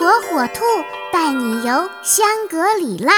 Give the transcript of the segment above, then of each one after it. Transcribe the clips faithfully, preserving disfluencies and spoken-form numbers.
火火兔带你游香格里拉。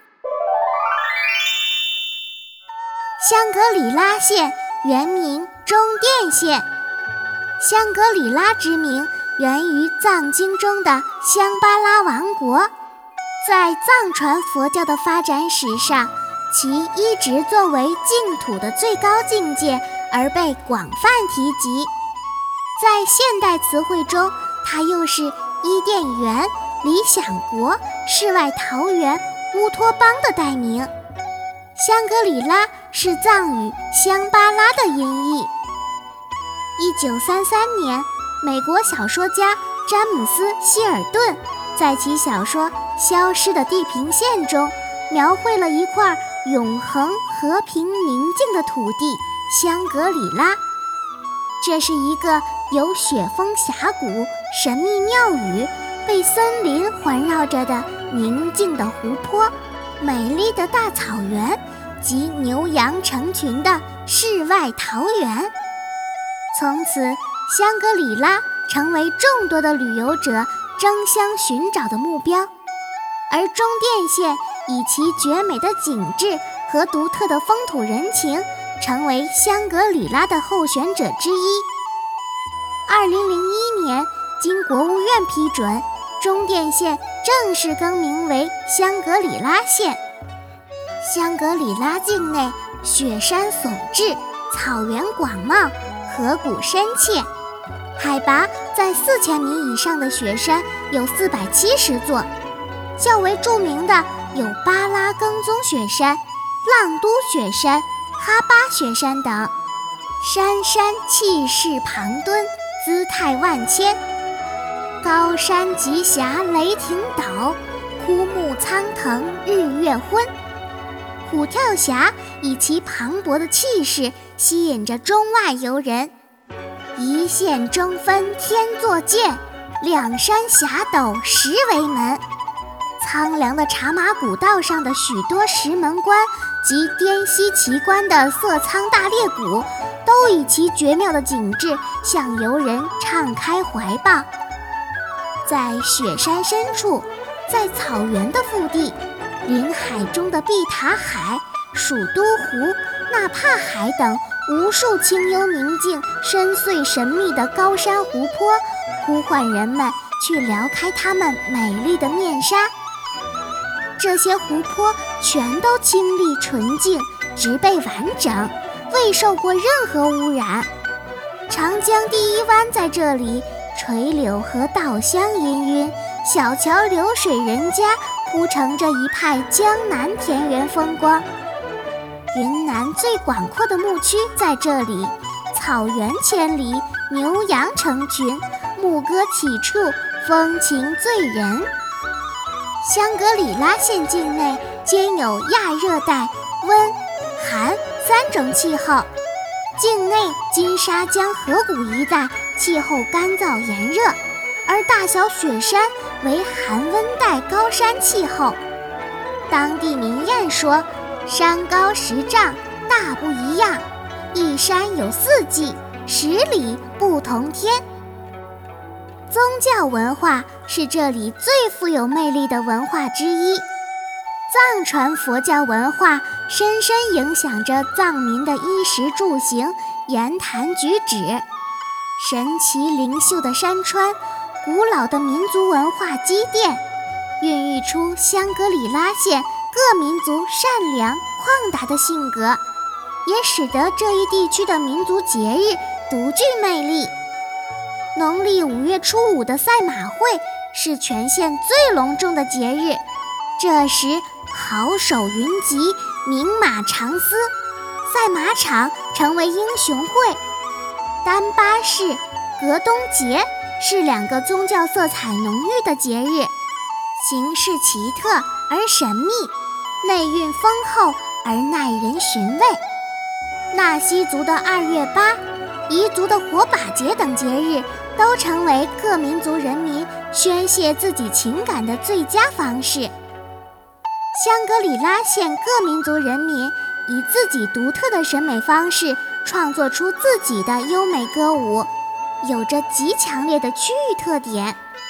香格里拉县原名中甸县，香格里拉之名源于藏经中的香巴拉王国。在藏传佛教的发展史上，其一直作为净土的最高境界而被广泛提及。在现代词汇中，它又是伊甸园、理想国、世外桃源、乌托邦的代名。香格里拉是藏语香巴拉的音译。一九三三年，美国小说家詹姆斯·希尔顿在其小说《消失的地平线》中描绘了一块永恒、和平、宁静的土地——香格里拉。这是一个有雪峰峡谷、神秘庙宇、被森林环绕着的宁静的湖泊、美丽的大草原及牛羊成群的世外桃源。从此，香格里拉成为众多的旅游者争相寻找的目标，而中甸县以其绝美的景致和独特的风土人情，成为香格里拉的候选者之一。二零零一年，经国务院批准，中甸县正式更名为香格里拉县。香格里拉境内雪山耸峙，草原广袤，河谷深切，海拔在四千米以上的雪山有四百七十座，较为著名的有巴拉耕宗雪山、浪都雪山、哈巴雪山等。山山气势庞敦，姿态万千，高山极峡雷霆倒，枯木苍藤日月昏。虎跳峡以其磅礴的气势吸引着中外游人。一线中分天作剑，两山峡陡石为门。苍凉的茶马古道上的许多石门关及滇西奇观的色苍大裂谷，都以其绝妙的景致向游人敞开怀抱。在雪山深处，在草原的腹地，临海中的碧塔海、蜀都湖、纳帕海等无数清幽宁静、深邃神秘的高山湖泊，呼唤人们去撩开它们美丽的面纱。这些湖泊全都清丽纯净，植被完整，未受过任何污染。长江第一湾在这里，垂柳和稻香氤氲，小桥流水人家铺成着一派江南田园风光。云南最广阔的牧区在这里，草原千里，牛羊成群，牧歌起处，风情醉人。香格里拉县境内兼有亚热带、温、寒三种气候，境内金沙江河谷一带气候干燥炎热，而大小雪山为寒温带高山气候。当地民谚说，山高十丈，大不一样，一山有四季，十里不同天。宗教文化是这里最富有魅力的文化之一。藏传佛教文化深深影响着藏民的衣食住行、言谈举止。神奇灵秀的山川，古老的民族文化积淀，孕育出香格里拉县各民族善良旷达的性格，也使得这一地区的民族节日独具魅力。农历五月初五的赛马会是全县最隆重的节日，这时好手云集，名马长嘶，赛马场成为英雄会。丹巴市、格东节是两个宗教色彩浓郁的节日，形式奇特而神秘，内蕴丰厚而耐人寻味。纳西族的二月八、彝族的火把节等节日都成为各民族人民宣泄自己情感的最佳方式。香格里拉县各民族人民以自己独特的审美方式创作出自己的优美歌舞，有着极强烈的区域特点。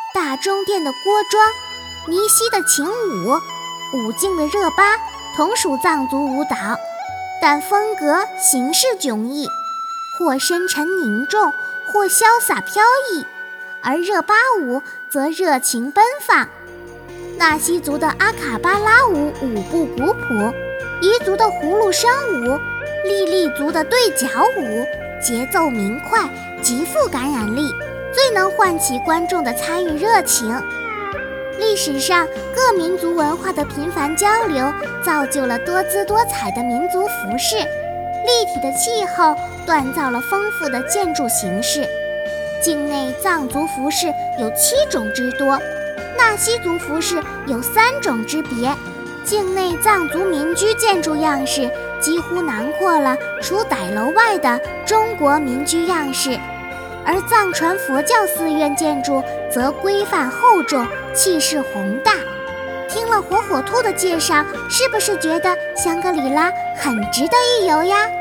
大中殿的郭庄、尼西的秦舞、武进的热巴同属藏族舞蹈，但风格形式迥异，或深沉凝重，或潇洒飘逸，而热巴舞则热情奔放。纳西族的阿卡巴拉舞舞步古朴，彝族的葫芦声舞，利利族的对角舞节奏明快，极富感染力，最能唤起观众的参与热情。历史上各民族文化的频繁交流，造就了多姿多彩的民族服饰，立体的气候锻造了丰富的建筑形式。境内藏族服饰有七种之多，纳西族服饰有三种之别。境内藏族民居建筑样式几乎囊括了除傣楼外的中国民居样式，而藏传佛教寺院建筑则规范厚重，气势宏大。听了火火兔的介绍，是不是觉得香格里拉很值得一游呀？